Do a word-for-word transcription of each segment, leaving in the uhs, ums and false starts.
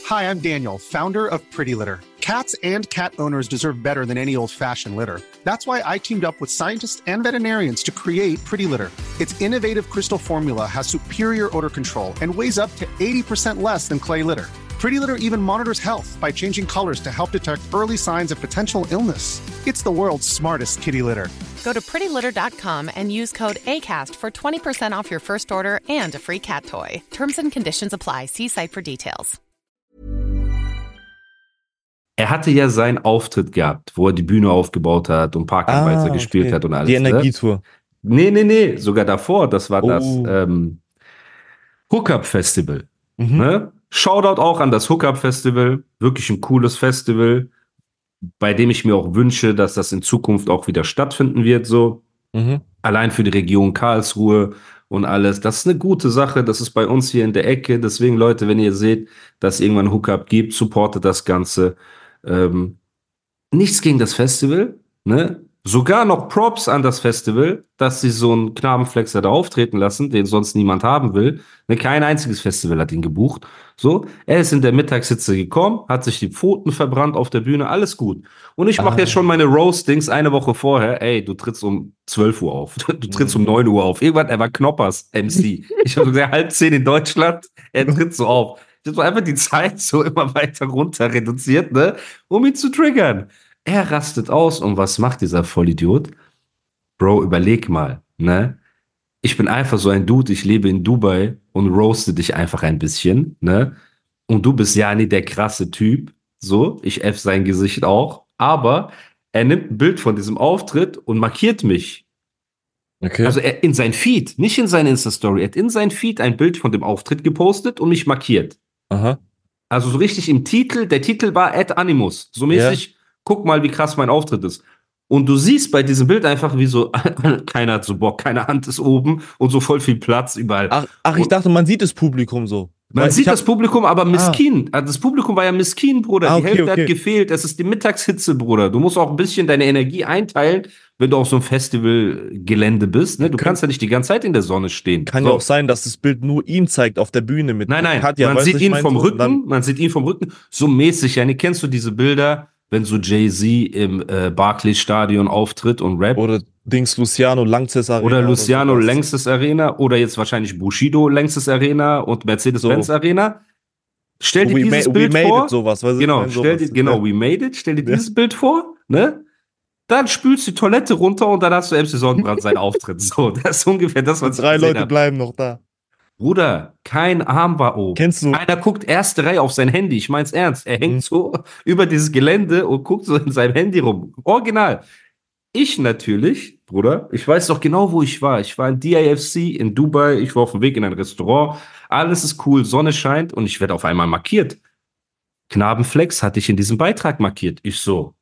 Hi, I'm Daniel, founder of Pretty Litter. Cats and cat owners deserve better than any old-fashioned litter. That's why I teamed up with scientists and veterinarians to create Pretty Litter. Its innovative crystal formula has superior odor control and weighs up to eighty percent less than clay litter. Pretty Litter even monitors health by changing colors to help detect early signs of potential illness. It's the world's smartest kitty litter. Go to pretty litter dot com and use code ACAST for twenty percent off your first order and a free cat toy. Terms and conditions apply. See site for details. Er hatte ja seinen Auftritt gehabt, wo er die Bühne aufgebaut hat und Parkanweiser Ah, gespielt okay. hat und alles. Die ne? Energietour. Nee, nee, nee, sogar davor. Das war das Oh. ähm, Hookup-Festival. Mhm. Ne? Shoutout auch an das Hookup-Festival. Wirklich ein cooles Festival, bei dem ich mir auch wünsche, dass das in Zukunft auch wieder stattfinden wird. So Mhm. allein für die Region Karlsruhe und alles. Das ist eine gute Sache. Das ist bei uns hier in der Ecke. Deswegen, Leute, wenn ihr seht, dass es irgendwann Hookup gibt, supportet das Ganze. Ähm, nichts gegen das Festival, ne? Sogar noch Props an das Festival, dass sie so einen Knabenflexer da auftreten lassen, den sonst niemand haben will. Ne, kein einziges Festival hat ihn gebucht. So, er ist in der Mittagshitze gekommen, hat sich die Pfoten verbrannt auf der Bühne, alles gut. Und ich mache Ah. jetzt schon meine Roastings eine Woche vorher. Ey, du trittst um zwölf Uhr auf, du trittst um Mhm. neun Uhr auf. Irgendwann, er war Knoppers M C. Ich habe gesagt, halb zehn in Deutschland, er tritt so auf. Ich habe so einfach die Zeit so immer weiter runter reduziert, ne, um ihn zu triggern. Er rastet aus und was macht dieser Vollidiot? Bro, überleg mal, ne? Ich bin einfach so ein Dude, ich lebe in Dubai und roaste dich einfach ein bisschen, ne? Und du bist ja nicht der krasse Typ, so, ich f sein Gesicht auch, aber er nimmt ein Bild von diesem Auftritt und markiert mich. Okay. Also er in sein Feed, nicht in seine Insta-Story, er hat in sein Feed ein Bild von dem Auftritt gepostet und mich markiert. Aha. Also so richtig im Titel, der Titel war Ad Animus, so mäßig, guck mal, wie krass mein Auftritt ist. Und du siehst bei diesem Bild einfach, wie so, keiner hat so Bock, keine Hand ist oben und so voll viel Platz überall. Ach, ach, ich Und dachte, man sieht das Publikum so. man Weil sieht ich hab- das Publikum, aber miskin. Also das Publikum war ja miskin, Bruder. Ah, Die okay, Hälfte okay. hat gefehlt. Es ist die Mittagshitze, Bruder. Du musst auch ein bisschen deine Energie einteilen, wenn du auf so einem Festivalgelände bist. Ne? Du Kann- kannst ja nicht die ganze Zeit in der Sonne stehen. Kann So. ja auch sein, dass das Bild nur ihn zeigt auf der Bühne mit Nein, nein, Katja, man weißt du, sieht ich ihn mein vom so, und Rücken, dann- man sieht ihn vom Rücken, so mäßig. Ja, ne, kennst du diese Bilder, wenn so Jay-Z im äh, Barclays-Stadion auftritt und rappt? Oder Dings Luciano Langstes Arena. Oder Luciano sowas. längstes Arena oder jetzt wahrscheinlich Bushido längstes Arena und Mercedes-Benz So. Arena. Stell dir We, dieses ma we Bild made vor. it, sowas. Weißt du, Genau, ich mein, stell dir, sowas. genau, Ja. we made it. Stell dir Ja. dieses Bild vor, ne? Dann spülst du die Toilette runter und dann hast du M C Sonnenbrand seinen Auftritt. So, das ist ungefähr das, was Und ich drei gesehen Leute hab. bleiben noch da. Bruder, kein Arm war oben. Kennst du? Einer guckt erste Reihe auf sein Handy. Ich mein's ernst. Er hängt Mhm. so über dieses Gelände und guckt so in seinem Handy rum. Original. Ich natürlich, Bruder, ich weiß doch genau, wo ich war. Ich war in D I F C in Dubai. Ich war auf dem Weg in ein Restaurant. Alles ist cool, Sonne scheint und ich werde auf einmal markiert. Knabenflex hatte ich in diesem Beitrag markiert. Ich so,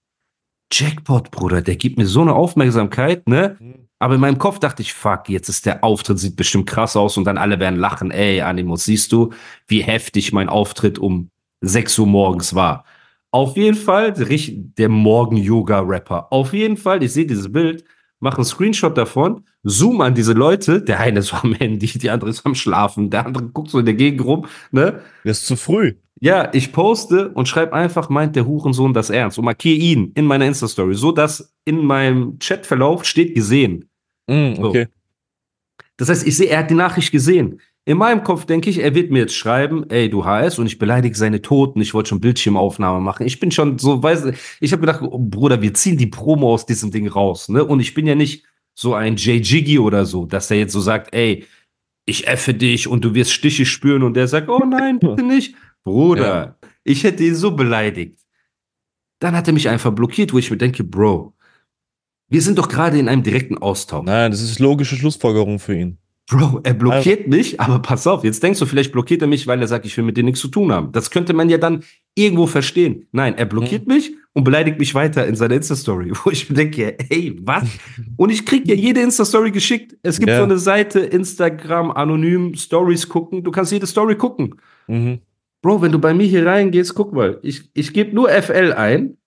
Jackpot, Bruder, der gibt mir so eine Aufmerksamkeit, ne? Mhm. Aber in meinem Kopf dachte ich, fuck, jetzt ist der Auftritt, sieht bestimmt krass aus und dann alle werden lachen. Ey, Animus, siehst du, wie heftig mein Auftritt um sechs Uhr morgens war. Auf jeden Fall, der, richt- der Morgen-Yoga-Rapper. Auf jeden Fall, ich sehe dieses Bild, mache einen Screenshot davon, zoom an diese Leute. Der eine ist am Handy, die andere ist am Schlafen, der andere guckt so in der Gegend rum, ne? Das ist zu früh. Ja, ich poste und schreibe einfach, meint der Hurensohn das ernst und markiere ihn in meiner Insta-Story, so dass in meinem Chatverlauf steht gesehen. Mhm, So. okay. Das heißt, ich sehe, er hat die Nachricht gesehen. In meinem Kopf denke ich, er wird mir jetzt schreiben, ey, du H S, und ich beleidige seine Toten, ich wollte schon Bildschirmaufnahme machen. Ich bin schon so, weiß ich habe gedacht, oh, Bruder, wir ziehen die Promo aus diesem Ding raus, ne? Und ich bin ja nicht so ein Jay Jiggy oder so, dass er jetzt so sagt, ey, ich effe dich und du wirst Stiche spüren und der sagt, oh nein, bitte nicht. Bruder, ich hätte ihn so beleidigt. Dann hat er mich einfach blockiert, wo ich mir denke, Bro, wir sind doch gerade in einem direkten Austausch. Nein, das ist logische Schlussfolgerung für ihn. Bro, er blockiert mich, aber pass auf, jetzt denkst du, vielleicht blockiert er mich, weil er sagt, ich will mit dir nichts zu tun haben. Das könnte man ja dann irgendwo verstehen. Nein, er blockiert mich und beleidigt mich weiter in seiner Insta-Story, wo ich mir denke, ey, was? Und ich krieg ja jede Insta-Story geschickt. Es gibt Ja. so eine Seite, Instagram, anonym, Stories gucken. Du kannst jede Story gucken. Mhm. Bro, wenn du bei mir hier reingehst, guck mal, ich, ich gebe nur F L ein,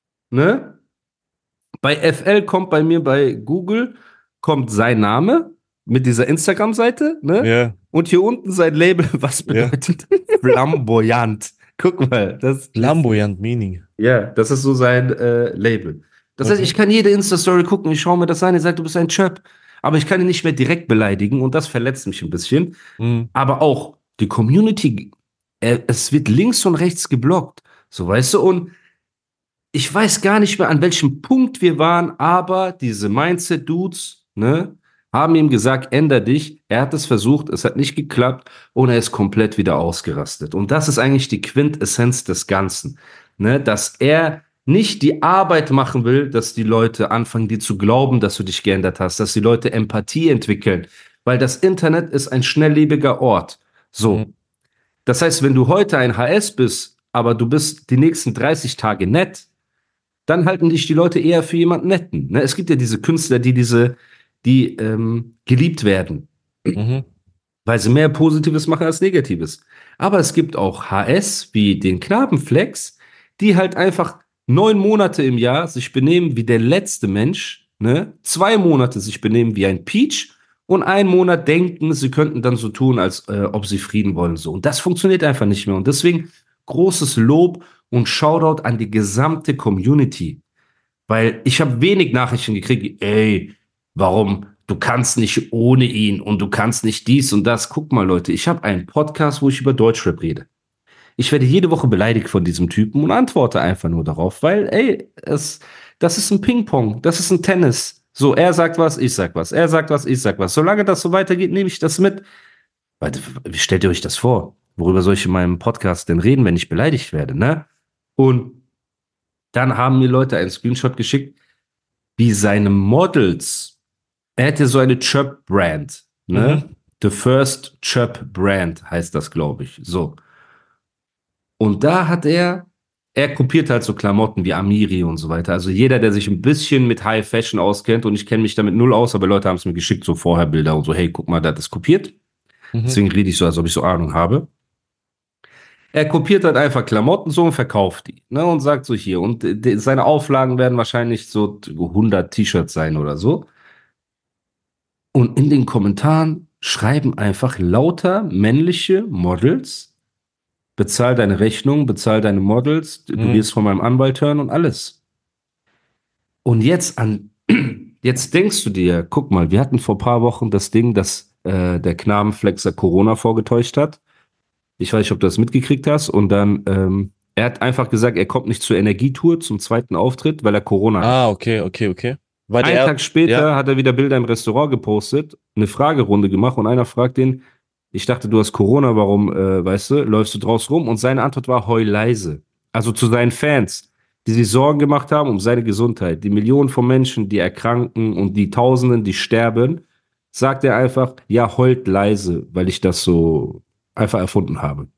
ne? Bei F L kommt bei mir bei Google, kommt sein Name mit dieser Instagram-Seite, ne? Ja. Und hier unten sein Label, was Ja. bedeutet flamboyant. Guck mal, das, Flamboyant Meaning. ja, das ist so sein äh, Label. Das heißt, Okay. ich kann jede Insta-Story gucken, ich schaue mir das an, ich sage, du bist ein Chöp. Aber ich kann ihn nicht mehr direkt beleidigen und das verletzt mich ein bisschen. Mhm. Aber auch die Community, äh, es wird links und rechts geblockt. So, weißt du, und ich weiß gar nicht mehr, an welchem Punkt wir waren, aber diese Mindset-Dudes, ne, haben ihm gesagt, änder dich. Er hat es versucht, es hat nicht geklappt und er ist komplett wieder ausgerastet. Und das ist eigentlich die Quintessenz des Ganzen, ne, dass er nicht die Arbeit machen will, dass die Leute anfangen, dir zu glauben, dass du dich geändert hast, dass die Leute Empathie entwickeln, weil das Internet ist ein schnelllebiger Ort. So. Mhm. Das heißt, wenn du heute ein H S bist, aber du bist die nächsten dreißig Tage nett, dann halten dich die Leute eher für jemanden Netten. Ne? Es gibt ja diese Künstler, die diese, die ähm, geliebt werden, Mhm. weil sie mehr Positives machen als Negatives. Aber es gibt auch H S wie den Knabenflex, die halt einfach neun Monate im Jahr sich benehmen wie der letzte Mensch, ne? Zwei Monate sich benehmen wie ein Peach und einen Monat denken, sie könnten dann so tun, als äh, ob sie Frieden wollen. So. Und das funktioniert einfach nicht mehr. Und deswegen großes Lob und Shoutout an die gesamte Community. Weil ich habe wenig Nachrichten gekriegt, ey, warum, du kannst nicht ohne ihn und du kannst nicht dies und das. Guck mal, Leute, ich habe einen Podcast, wo ich über Deutschrap rede. Ich werde jede Woche beleidigt von diesem Typen und antworte einfach nur darauf, weil, ey, es, das ist ein Ping-Pong, das ist ein Tennis. So, er sagt was, ich sag was, er sagt was, ich sag was. Solange das so weitergeht, nehme ich das mit. Warte, wie stellt ihr euch das vor? Worüber soll ich in meinem Podcast denn reden, wenn ich beleidigt werde, ne? Und dann haben mir Leute einen Screenshot geschickt, wie seine Models. Er hätte so eine Chirp-Brand, ne? Mhm. The First Chirp-Brand heißt das, glaube ich. So. Und da hat er, er kopiert halt so Klamotten wie Amiri und so weiter. Also jeder, der sich ein bisschen mit High Fashion auskennt, und ich kenne mich damit null aus, aber Leute haben es mir geschickt, so Vorherbilder und so, hey, guck mal, der hat das kopiert. Mhm. Deswegen rede ich so, als ob ich so Ahnung habe. Er kopiert halt einfach Klamotten so und verkauft die, ne, und sagt so hier. Und de, seine Auflagen werden wahrscheinlich so hundert T-Shirts sein oder so. Und in den Kommentaren schreiben einfach lauter männliche Models, bezahl deine Rechnung, bezahl deine Models, du Mhm. wirst von meinem Anwalt hören und alles. Und jetzt an, jetzt denkst du dir, guck mal, wir hatten vor ein paar Wochen das Ding, dass äh, der Knabenflexer Corona vorgetäuscht hat. Ich weiß nicht, ob du das mitgekriegt hast. Und dann, ähm, er hat einfach gesagt, er kommt nicht zur Energietour zum zweiten Auftritt, weil er Corona hat. Ah, okay, okay, okay. Weil Einen der, Tag später ja. hat er wieder Bilder im Restaurant gepostet, eine Fragerunde gemacht und einer fragt ihn, ich dachte, du hast Corona, warum, äh, weißt du, läufst du draus rum? Und seine Antwort war, heul leise. Also zu seinen Fans, die sich Sorgen gemacht haben um seine Gesundheit, die Millionen von Menschen, die erkranken und die Tausenden, die sterben, sagt er einfach, ja, heult leise, weil ich das so einfach erfunden habe.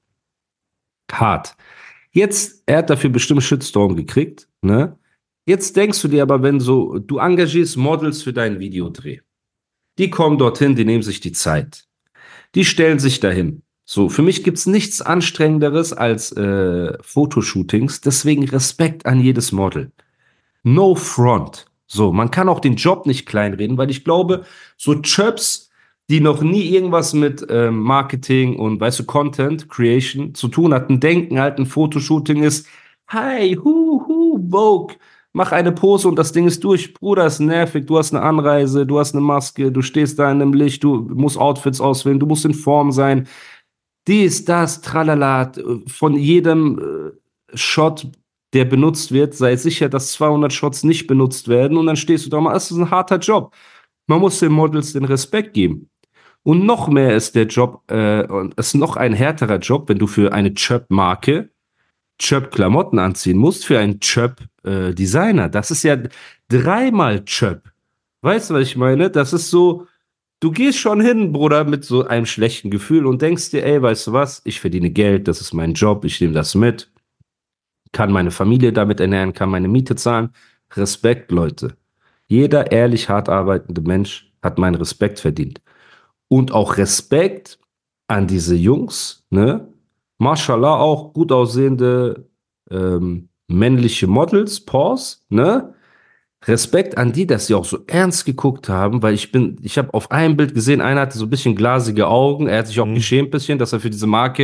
Hart. Jetzt, er hat dafür bestimmt Shitstorm gekriegt, ne? Jetzt denkst du dir aber, wenn so, du engagierst Models für deinen Videodreh. Die kommen dorthin, die nehmen sich die Zeit. Die stellen sich dahin. So, für mich gibt's nichts Anstrengenderes als äh, Fotoshootings, deswegen Respekt an jedes Model. No front. So, man kann auch den Job nicht kleinreden, weil ich glaube, so Chöps, die noch nie irgendwas mit ähm, Marketing und, weißt du, Content Creation zu tun hatten, denken halt, ein Fotoshooting ist, hi, hu, hu, Vogue, mach eine Pose und das Ding ist durch. Bruder, ist nervig, du hast eine Anreise, du hast eine Maske, du stehst da in einem Licht, du musst Outfits auswählen, du musst in Form sein. Dies, das, tralala, von jedem äh, Shot, der benutzt wird, sei sicher, dass zweihundert Shots nicht benutzt werden und dann stehst du da mal, das ist ein harter Job. Man muss den Models den Respekt geben. Und noch mehr ist der Job, äh, und es ist noch ein härterer Job, wenn du für eine Chöp-Marke Chöp-Klamotten anziehen musst, für einen Chöp-Designer. Das ist ja dreimal Chöp. Weißt du, was ich meine? Das ist so, du gehst schon hin, Bruder, mit so einem schlechten Gefühl und denkst dir, ey, weißt du was, ich verdiene Geld, das ist mein Job, ich nehme das mit, kann meine Familie damit ernähren, kann meine Miete zahlen. Respekt, Leute. Jeder ehrlich hart arbeitende Mensch hat meinen Respekt verdient. Und auch Respekt an diese Jungs, ne? Mashallah, auch gut aussehende ähm, männliche Models, Pause, ne? Respekt an die, dass sie auch so ernst geguckt haben, weil ich bin, ich habe auf einem Bild gesehen, einer hatte so ein bisschen glasige Augen, er hat sich auch Mhm. geschämt ein bisschen, dass er für diese Marke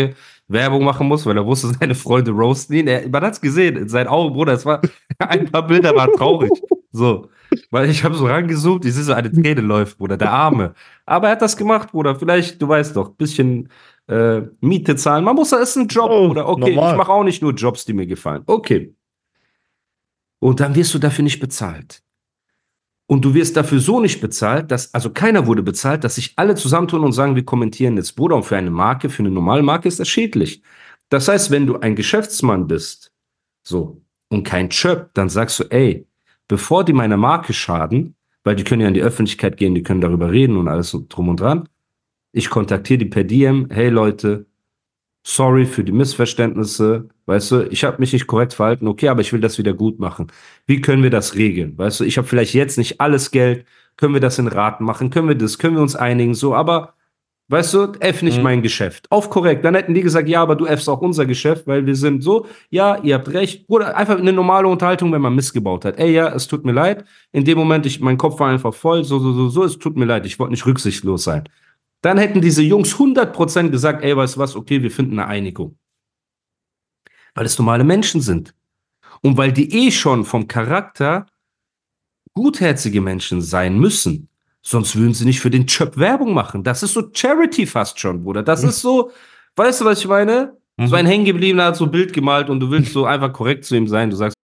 Werbung machen muss, weil er wusste, seine Freunde roasten ihn. Er, man hat's gesehen, in seinen Augen, Bruder, es war, ein paar Bilder waren traurig. So, weil ich habe so rangezoomt, ich sehe so eine Träne läuft, Bruder, der Arme. Aber er hat das gemacht, Bruder, vielleicht, du weißt doch, bisschen äh, Miete zahlen. Man muss, das ist ein Job, Oh, Bruder. Okay, normal. ich mache auch nicht nur Jobs, die mir gefallen. Okay. Und dann wirst du dafür nicht bezahlt. Und du wirst dafür so nicht bezahlt, dass, also keiner wurde bezahlt, dass sich alle zusammentun und sagen, wir kommentieren jetzt. Bruder, und für eine Marke, für eine normale Marke ist das schädlich. Das heißt, wenn du ein Geschäftsmann bist, so, und kein Chöp, dann sagst du, ey, bevor die meiner Marke schaden, weil die können ja in die Öffentlichkeit gehen, die können darüber reden und alles so drum und dran, ich kontaktiere die per D M, hey Leute, sorry für die Missverständnisse, weißt du, ich habe mich nicht korrekt verhalten, okay, aber ich will das wieder gut machen. Wie können wir das regeln? Weißt du, ich habe vielleicht jetzt nicht alles Geld, können wir das in Raten machen, können wir das, können wir uns einigen, so, aber, weißt du, F nicht Mhm. mein Geschäft. Auf korrekt, dann hätten die gesagt, ja, aber du F's auch unser Geschäft, weil wir sind so, ja, ihr habt recht, oder einfach eine normale Unterhaltung, wenn man missgebaut hat. Ey, ja, es tut mir leid, in dem Moment, ich, mein Kopf war einfach voll, so, so, so, so, es tut mir leid, ich wollte nicht rücksichtslos sein. Dann hätten diese Jungs hundert Prozent gesagt, ey, weißt du was, okay, wir finden eine Einigung. Weil es normale Menschen sind. Und weil die eh schon vom Charakter gutherzige Menschen sein müssen. Sonst würden sie nicht für den Chöp Werbung machen. Das ist so Charity fast schon, Bruder. Das ist so, weißt du, was ich meine? Mhm. So ein Hängengebliebener hat so ein Bild gemalt und du willst so einfach korrekt zu ihm sein. Du sagst,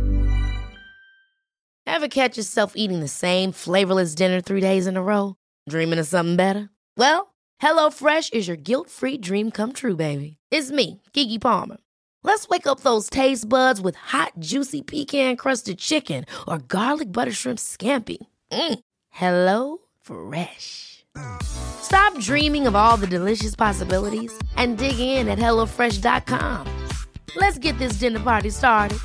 Ever catch yourself eating the same flavorless dinner three days in a row? Dreaming of something better? Well, HelloFresh is your guilt-free dream come true, baby. It's me, Keke Palmer. Let's wake up those taste buds with hot, juicy pecan-crusted chicken or garlic butter shrimp scampi. Mm. Hello Fresh. Stop dreaming of all the delicious possibilities and dig in at hello fresh dot com. Let's get this dinner party started.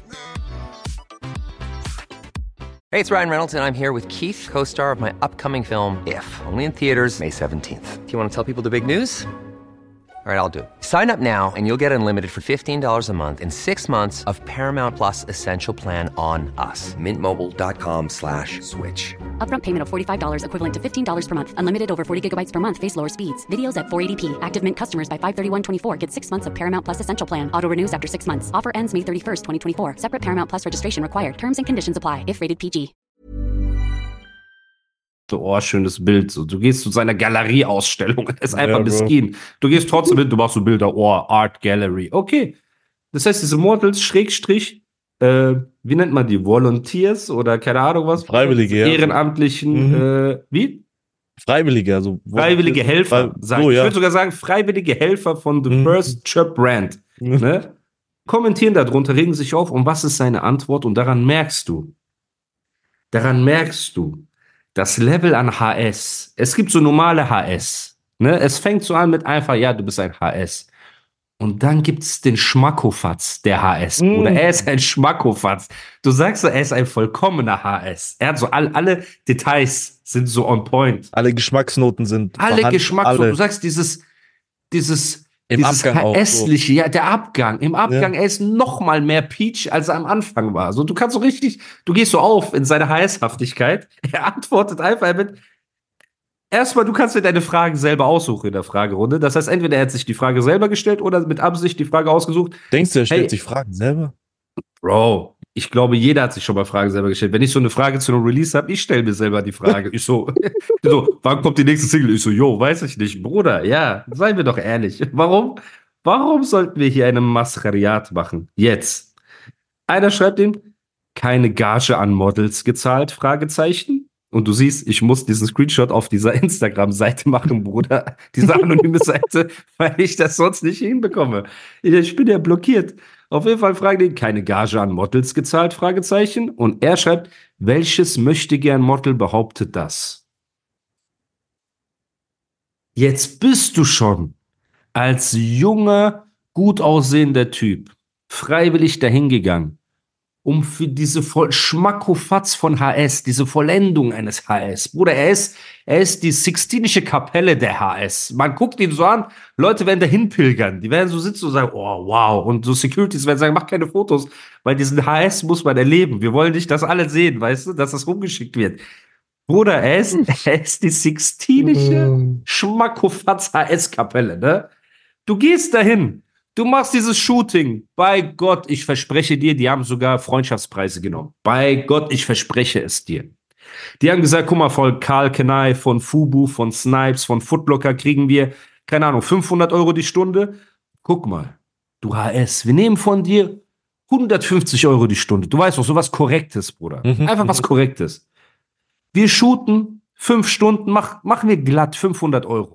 Hey, it's Ryan Reynolds, and I'm here with Keith, co-star of my upcoming film, If, only in theaters May seventeenth. Do you want to tell people the big news? All right, I'll do it. Sign up now and you'll get unlimited for fifteen dollars a month and six months of Paramount Plus Essential Plan on us. Mint Mobile dot com slash switch. Upfront payment of forty-five dollars equivalent to fifteen dollars per month. Unlimited over forty gigabytes per month. Face lower speeds. Videos at four eighty p. Active Mint customers by five thirty-one twenty-four get six months of Paramount Plus Essential Plan. Auto renews after six months. Offer ends May thirty-first, twenty twenty-four. Separate Paramount Plus registration required. Terms and conditions apply if rated P G. so, oh, schönes Bild. So, du gehst zu seiner Galerieausstellung. Das ist einfach Ja, Bro. miskin. Du gehst trotzdem hin, du machst so Bilder, oh, Art Gallery. Okay. Das heißt, diese Mortals, Schrägstrich, äh, wie nennt man die? Volunteers oder keine Ahnung was? Freiwillige, ja. Ehrenamtlichen, Mhm. äh, wie? Freiwillige, also. Freiwillige Helfer. Frei- Sag. So, Ich ja. würde sogar sagen, freiwillige Helfer von The Mhm. First Chirp Brand. Mhm. Ne? Kommentieren darunter, regen sich auf. Und was ist seine Antwort? Und daran merkst du, daran merkst du, das Level an H S. Es gibt so normale H S. Ne? Es fängt so an mit einfach, ja, du bist ein H S. Und dann gibt's den Schmackofatz, der H S. Mm. Oder er ist ein Schmackofatz. Du sagst so, er ist ein vollkommener H S. Er hat so all, alle Details sind so on point. Alle Geschmacksnoten sind. Alle vorhanden, Geschmacksnoten. alle. Du sagst dieses, dieses, Im dieses Abgang auch, so. Hässliche, ja, der Abgang. Im Abgang, er ist noch mal mehr Peach, als er am Anfang war. So, du kannst so richtig, du gehst so auf in seine H S-Haftigkeit. Er antwortet einfach mit, erstmal, du kannst dir deine Fragen selber aussuchen in der Fragerunde. Das heißt, entweder er hat sich die Frage selber gestellt oder mit Absicht die Frage ausgesucht. Denkst du, er stellt Hey. sich Fragen selber? Bro, ich glaube, jeder hat sich schon mal Fragen selber gestellt. Wenn ich so eine Frage zu einem Release habe, ich stelle mir selber die Frage. Ich so, so, wann kommt die nächste Single? Ich so, jo, weiß ich nicht. Bruder, ja, seien wir doch ehrlich. Warum, warum sollten wir hier eine Maskariat machen? Jetzt. Einer schreibt ihm, keine Gage an Models gezahlt? Fragezeichen. Und du siehst, ich muss diesen Screenshot auf dieser Instagram-Seite machen, Bruder. Diese anonyme Seite, weil ich das sonst nicht hinbekomme. Ich bin ja blockiert. Auf jeden Fall fragen die, keine Gage an Models gezahlt? Fragezeichen. Und er schreibt, welches möchte gern Model behauptet das? Jetzt bist du schon als junger, gut aussehender Typ freiwillig dahingegangen, um für diese voll Schmackofatz von H S, diese Vollendung eines H S. Bruder, er ist, er ist die Sixtinische Kapelle der H S. Man guckt ihn so an, Leute werden dahin pilgern. Die werden so sitzen und sagen, oh, wow. Und so Securities werden sagen, mach keine Fotos, weil diesen H S muss man erleben. Wir wollen nicht, dass alle sehen, weißt du, dass das rumgeschickt wird. Bruder, er ist, er ist die Sixtinische Schmackofatz H S-Kapelle, ne? Du gehst dahin, Du machst dieses Shooting. Bei Gott, ich verspreche dir, die haben sogar Freundschaftspreise genommen. Bei Gott, ich verspreche es dir. Die haben gesagt, guck mal, von Karl Kenai, von Fubu, von Snipes, von Footlocker kriegen wir, keine Ahnung, fünfhundert Euro die Stunde. Guck mal, du H S, wir nehmen von dir hundertfünfzig Euro die Stunde. Du weißt doch, so was Korrektes, Bruder. Mhm. Einfach was Korrektes. Wir shooten fünf Stunden, mach, machen wir glatt fünfhundert Euro.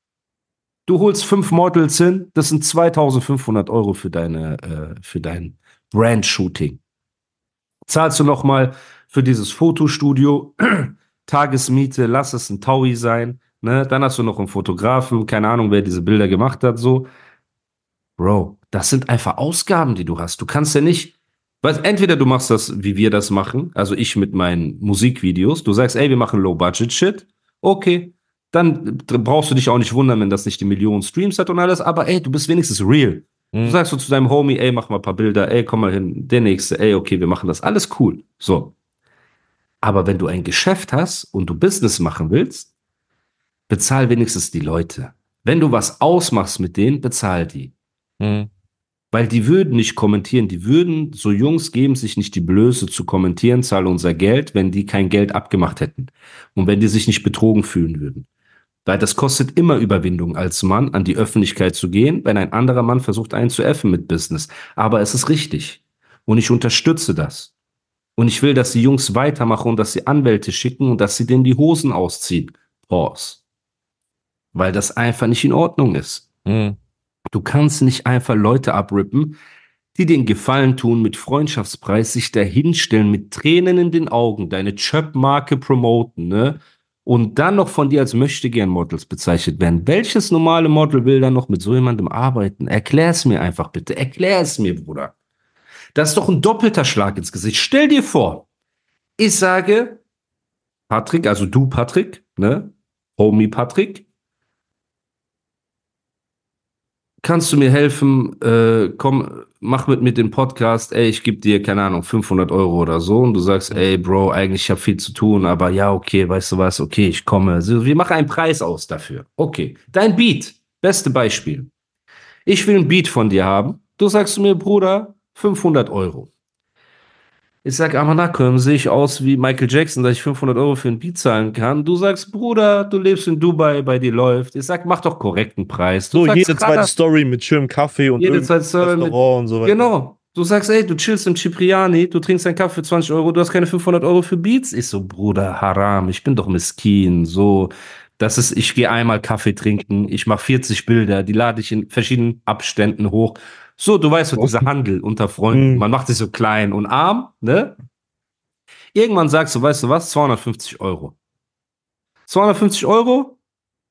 Du holst fünf Models hin, das sind zweitausendfünfhundert Euro für deine, äh, für dein Brand-Shooting. Zahlst du nochmal für dieses Fotostudio, Tagesmiete, lass es ein Taui sein, ne? Dann hast du noch einen Fotografen, keine Ahnung, wer diese Bilder gemacht hat, so. Bro, das sind einfach Ausgaben, die du hast. Du kannst ja nicht, weil entweder du machst das, wie wir das machen, also ich mit meinen Musikvideos, du sagst, ey, wir machen Low-Budget-Shit, okay, dann brauchst du dich auch nicht wundern, wenn das nicht die Millionen Streams hat und alles, aber ey, du bist wenigstens real. Mhm. Du sagst so zu deinem Homie, ey, mach mal ein paar Bilder, ey, komm mal hin, der Nächste, ey, okay, wir machen das, alles cool, so. Aber wenn du ein Geschäft hast und du Business machen willst, bezahl wenigstens die Leute. Wenn du was ausmachst mit denen, bezahl die. Mhm. Weil die würden nicht kommentieren, die würden, so Jungs geben sich nicht die Blöße zu kommentieren, zahle unser Geld, wenn die kein Geld abgemacht hätten. Und wenn die sich nicht betrogen fühlen würden. Weil das kostet immer Überwindung als Mann, an die Öffentlichkeit zu gehen, wenn ein anderer Mann versucht, einen zu äffen mit Business. Aber es ist richtig. Und ich unterstütze das. Und ich will, dass die Jungs weitermachen und dass sie Anwälte schicken und dass sie denen die Hosen ausziehen. Pause. Weil das einfach nicht in Ordnung ist. Mhm. Du kannst nicht einfach Leute abrippen, die den Gefallen tun, mit Freundschaftspreis sich dahinstellen, mit Tränen in den Augen, deine Chöp-Marke promoten, ne? Und dann noch von dir als Möchtegern-Models bezeichnet werden. Welches normale Model will dann noch mit so jemandem arbeiten? Erklär es mir einfach bitte. Erklär es mir, Bruder. Das ist doch ein doppelter Schlag ins Gesicht. Stell dir vor, ich sage, Patrick, also du, Patrick, ne? Homie Patrick, kannst du mir helfen, äh, komm, mach mit mir den Podcast, ey, ich gebe dir, keine Ahnung, fünfhundert Euro oder so und du sagst, ey, Bro, eigentlich ich habe viel zu tun, aber ja, okay, weißt du was, okay, ich komme. Also, wir machen einen Preis aus dafür. Okay, dein Beat, beste Beispiel. Ich will ein Beat von dir haben, du sagst mir, Bruder, fünfhundert Euro. Ich sag, aber na, komm, sehe ich aus wie Michael Jackson, dass ich fünfhundert Euro für ein Beat zahlen kann. Du sagst, Bruder, du lebst in Dubai, bei dir läuft. Ich sag, mach doch korrekten Preis. Du So, sagst, jede zweite Radar, Story mit schönem Kaffee und jede zweite Story mit, Restaurant und so weiter. genau. Du sagst, ey, du chillst im Cipriani, du trinkst einen Kaffee für zwanzig Euro, du hast keine fünfhundert Euro für Beats. Ich so, Bruder, Haram, ich bin doch miskin. So, das ist, ich gehe einmal Kaffee trinken, ich mache vierzig Bilder, die lade ich in verschiedenen Abständen hoch. So, du weißt, so dieser Handel unter Freunden, Mhm. man macht sich so klein und arm, ne? Irgendwann sagst du, weißt du was, zweihundertfünfzig Euro. zweihundertfünfzig Euro,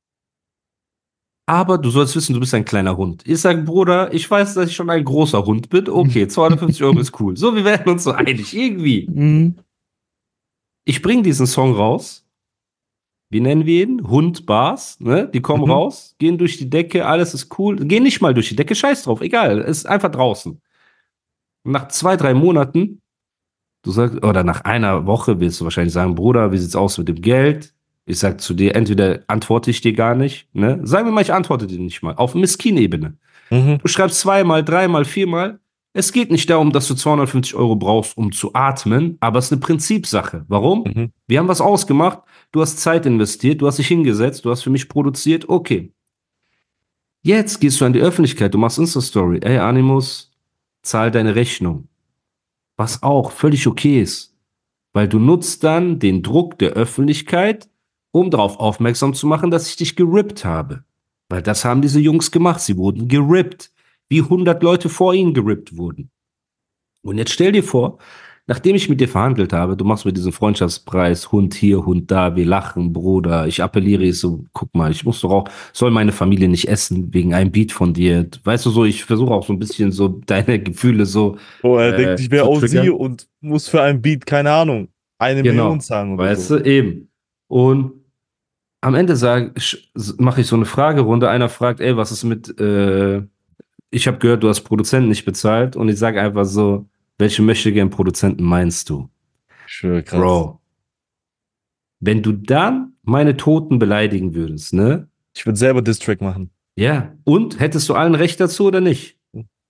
aber du sollst wissen, du bist ein kleiner Hund. Ich sag, Bruder, ich weiß, dass ich schon ein großer Hund bin. Okay, zweihundertfünfzig Euro ist cool. So, wir werden uns so einig, irgendwie. Mhm. Ich bring diesen Song raus. Wie nennen wir ihn? Hund Bars, ne? Die kommen Mhm. raus, gehen durch die Decke, alles ist cool. Gehen nicht mal durch die Decke, scheiß drauf, egal, ist einfach draußen. Nach zwei, drei Monaten, du sagst, oder nach einer Woche willst du wahrscheinlich sagen, Bruder, wie sieht's aus mit dem Geld? Ich sag zu dir, entweder antworte ich dir gar nicht, ne? Sagen wir mal, ich antworte dir nicht mal, auf Miskin-Ebene. Mhm. Du schreibst zweimal, dreimal, viermal. Es geht nicht darum, dass du zweihundertfünfzig Euro brauchst, um zu atmen, aber es ist eine Prinzipsache. Warum? Mhm. Wir haben was ausgemacht, du hast Zeit investiert, du hast dich hingesetzt, du hast für mich produziert, okay. Jetzt gehst du an die Öffentlichkeit, du machst Insta-Story, ey Animus, zahl deine Rechnung. Was auch völlig okay ist, weil du nutzt dann den Druck der Öffentlichkeit, um darauf aufmerksam zu machen, dass ich dich gerippt habe. Weil das haben diese Jungs gemacht, sie wurden gerippt, wie hundert Leute vor ihnen gerippt wurden. Und jetzt stell dir vor, nachdem ich mit dir verhandelt habe, du machst mir diesen Freundschaftspreis, Hund hier, Hund da, wir lachen, Bruder, ich appelliere, ich so, guck mal, ich muss doch auch, soll meine Familie nicht essen wegen einem Beat von dir. Weißt du so, ich versuche auch so ein bisschen so deine Gefühle so, Oh, er Äh, denkt, ich wäre zu O Z triggern. und muss für einen Beat, keine Ahnung, eine Genau, Million zahlen oder weißt so. du, eben. Und am Ende mache ich so eine Fragerunde, einer fragt, ey, was ist mit, äh, ich habe gehört, du hast Produzenten nicht bezahlt und ich sage einfach so, welche möchtegern Produzenten meinst du? Ich schwöre, krass. Bro, wenn du dann meine Toten beleidigen würdest, ne? Ich würde selber Distrack machen. Ja, und hättest du allen Recht dazu oder nicht?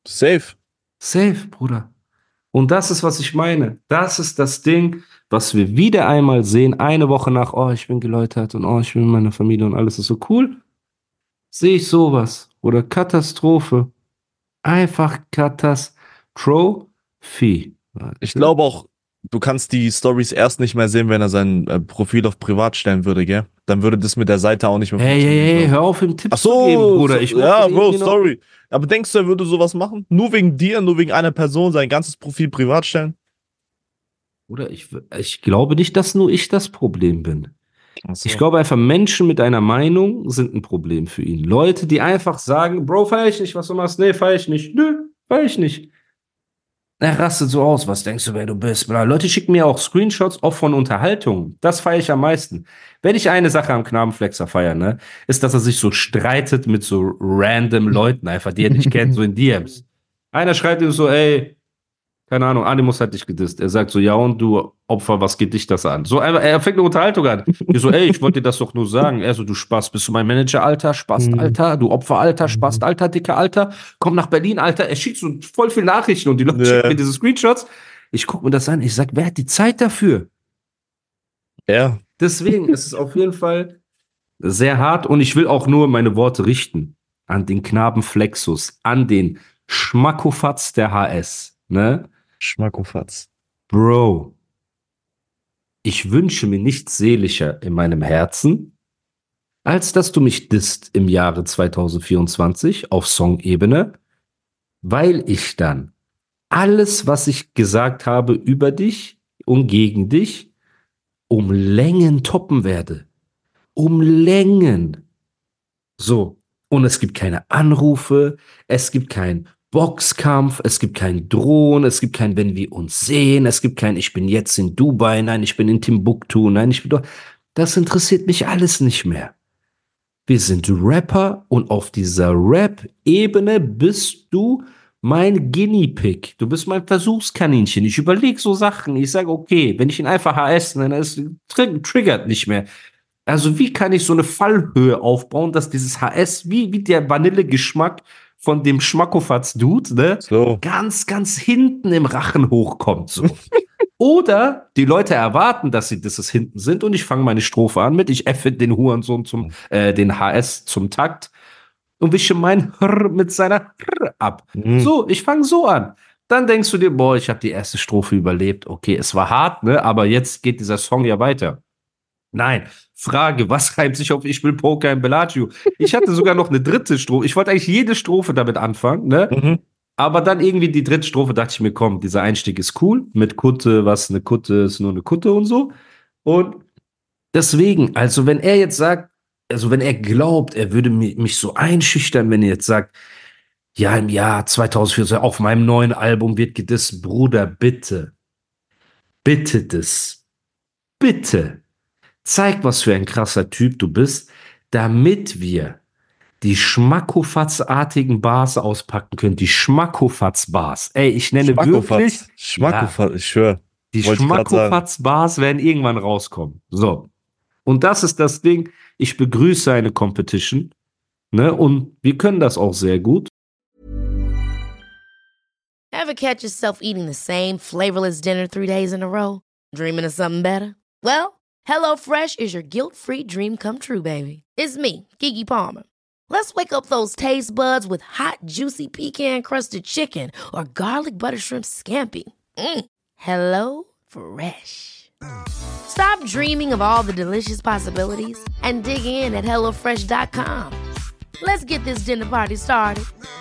Safe. Safe, Bruder. Und das ist, was ich meine. Das ist das Ding, was wir wieder einmal sehen, eine Woche nach, oh, ich bin geläutert und oh, ich bin in meiner Familie und alles ist so cool. Sehe ich sowas. Oder Katastrophe. Einfach Katastrophe. Ich glaube auch, du kannst die Stories erst nicht mehr sehen, wenn er sein äh, Profil auf privat stellen würde, gell? Dann würde das mit der Seite auch nicht mehr Hey, funktionieren. hey, hey, hör auf, ihm Tipps Ach so, zu geben, Bruder. Ich so, ja, muss Bro, irgendwie noch- sorry. Aber denkst du, er würde sowas machen? Nur wegen dir, nur wegen einer Person sein ganzes Profil privat stellen? Bruder, ich, ich glaube nicht, dass nur ich das Problem bin. Ach so. Ich glaube einfach, Menschen mit einer Meinung sind ein Problem für ihn. Leute, die einfach sagen, Bro, feier ich nicht, was du machst. Nee, feier ich nicht. Nö, feier ich nicht. Er rastet so aus, was denkst du, wer du bist? Bla. Leute schicken mir auch Screenshots, auch von Unterhaltungen. Das feiere ich am meisten. Wenn ich eine Sache am Knabenflexer feiere, ne, ist, dass er sich so streitet mit so random Leuten, einfach, die er nicht kennt, so in D Ms. Einer schreibt ihm so, ey, keine Ahnung, Animus hat dich gedisst. Er sagt so, ja und du Opfer, was geht dich das an? So, er, er fängt eine Unterhaltung an. Ich so, ey, ich wollte dir das doch nur sagen. Er so, du Spaß, bist du mein Manager, Alter? Spaß, Alter? Du Opfer, Alter? Spaß, Alter? Dicker, Alter? Komm nach Berlin, Alter. Er schickt so voll viele Nachrichten und die Leute Ja. schicken mir diese Screenshots. Ich gucke mir das an. Ich sag, wer hat die Zeit dafür? Ja. Deswegen ist es auf jeden Fall sehr hart und ich will auch nur meine Worte richten an den Knaben Flexus, an den Schmackofatz der H S, ne? Schmackofatz. Bro, ich wünsche mir nichts seelischer in meinem Herzen, als dass du mich disst im Jahre zwanzig vierundzwanzig auf Song-Ebene, weil ich dann alles, was ich gesagt habe über dich und gegen dich, um Längen toppen werde. Um Längen. So. Und es gibt keine Anrufe, es gibt kein Boxkampf, es gibt kein Drohen, es gibt kein wenn wir uns sehen, es gibt kein ich bin jetzt in Dubai, nein, ich bin in Timbuktu, nein, ich bin doch. Das interessiert mich alles nicht mehr. Wir sind Rapper und auf dieser Rap-Ebene bist du mein Guinea Pig. Du bist mein Versuchskaninchen. Ich überlege so Sachen. Ich sage, okay, wenn ich ihn einfach H S nenne, es tr- triggert nicht mehr. Also wie kann ich so eine Fallhöhe aufbauen, dass dieses H S, wie, wie der Vanillegeschmack von dem Schmackofatz-Dude, ne, So. ganz, ganz hinten im Rachen hochkommt. So. Oder die Leute erwarten, dass sie dass es hinten sind und ich fange meine Strophe an mit, ich effe den Hurensohn zum, äh, den H S zum Takt und wische mein Hr mit seiner Hr ab. Mhm. So, ich fange so an. Dann denkst du dir, boah, ich habe die erste Strophe überlebt. Okay, es war hart, ne, aber jetzt geht dieser Song ja weiter. Nein, Frage, was reimt sich auf Ich will Poker in Bellagio? Ich hatte sogar noch eine dritte Strophe. Ich wollte eigentlich jede Strophe damit anfangen, ne? Mhm. Aber dann irgendwie die dritte Strophe dachte ich mir, komm, dieser Einstieg ist cool. Mit Kutte, was eine Kutte ist, nur eine Kutte und so. Und deswegen, also wenn er jetzt sagt, also wenn er glaubt, er würde mi- mich so einschüchtern, wenn er jetzt sagt, ja, im Jahr zwanzig vierzehn auf meinem neuen Album wird gedisst, Bruder, bitte. Bitte das. Bitte. Zeig, was für ein krasser Typ du bist, damit wir die Schmackofatz-artigen Bars auspacken können. Die Schmackofatz-Bars. Ey, ich nenne wirklich, Schmackofatz. Schmackofatz, ich schwöre. die wollte ich grad sagen. Schmackofatz-Bars werden irgendwann rauskommen. So. Und das ist das Ding. Ich begrüße eine Competition. Ne? Und wir können das auch sehr gut. Ever catch yourself eating the same flavorless dinner three days in a row? Dreaming of something better? Well, HelloFresh is your guilt-free dream come true, baby. It's me, Keke Palmer. Let's wake up those taste buds with hot, juicy pecan-crusted chicken or garlic butter shrimp scampi. Mm. Hello Fresh. Stop dreaming of all the delicious possibilities and dig in at hello fresh dot com. Let's get this dinner party started.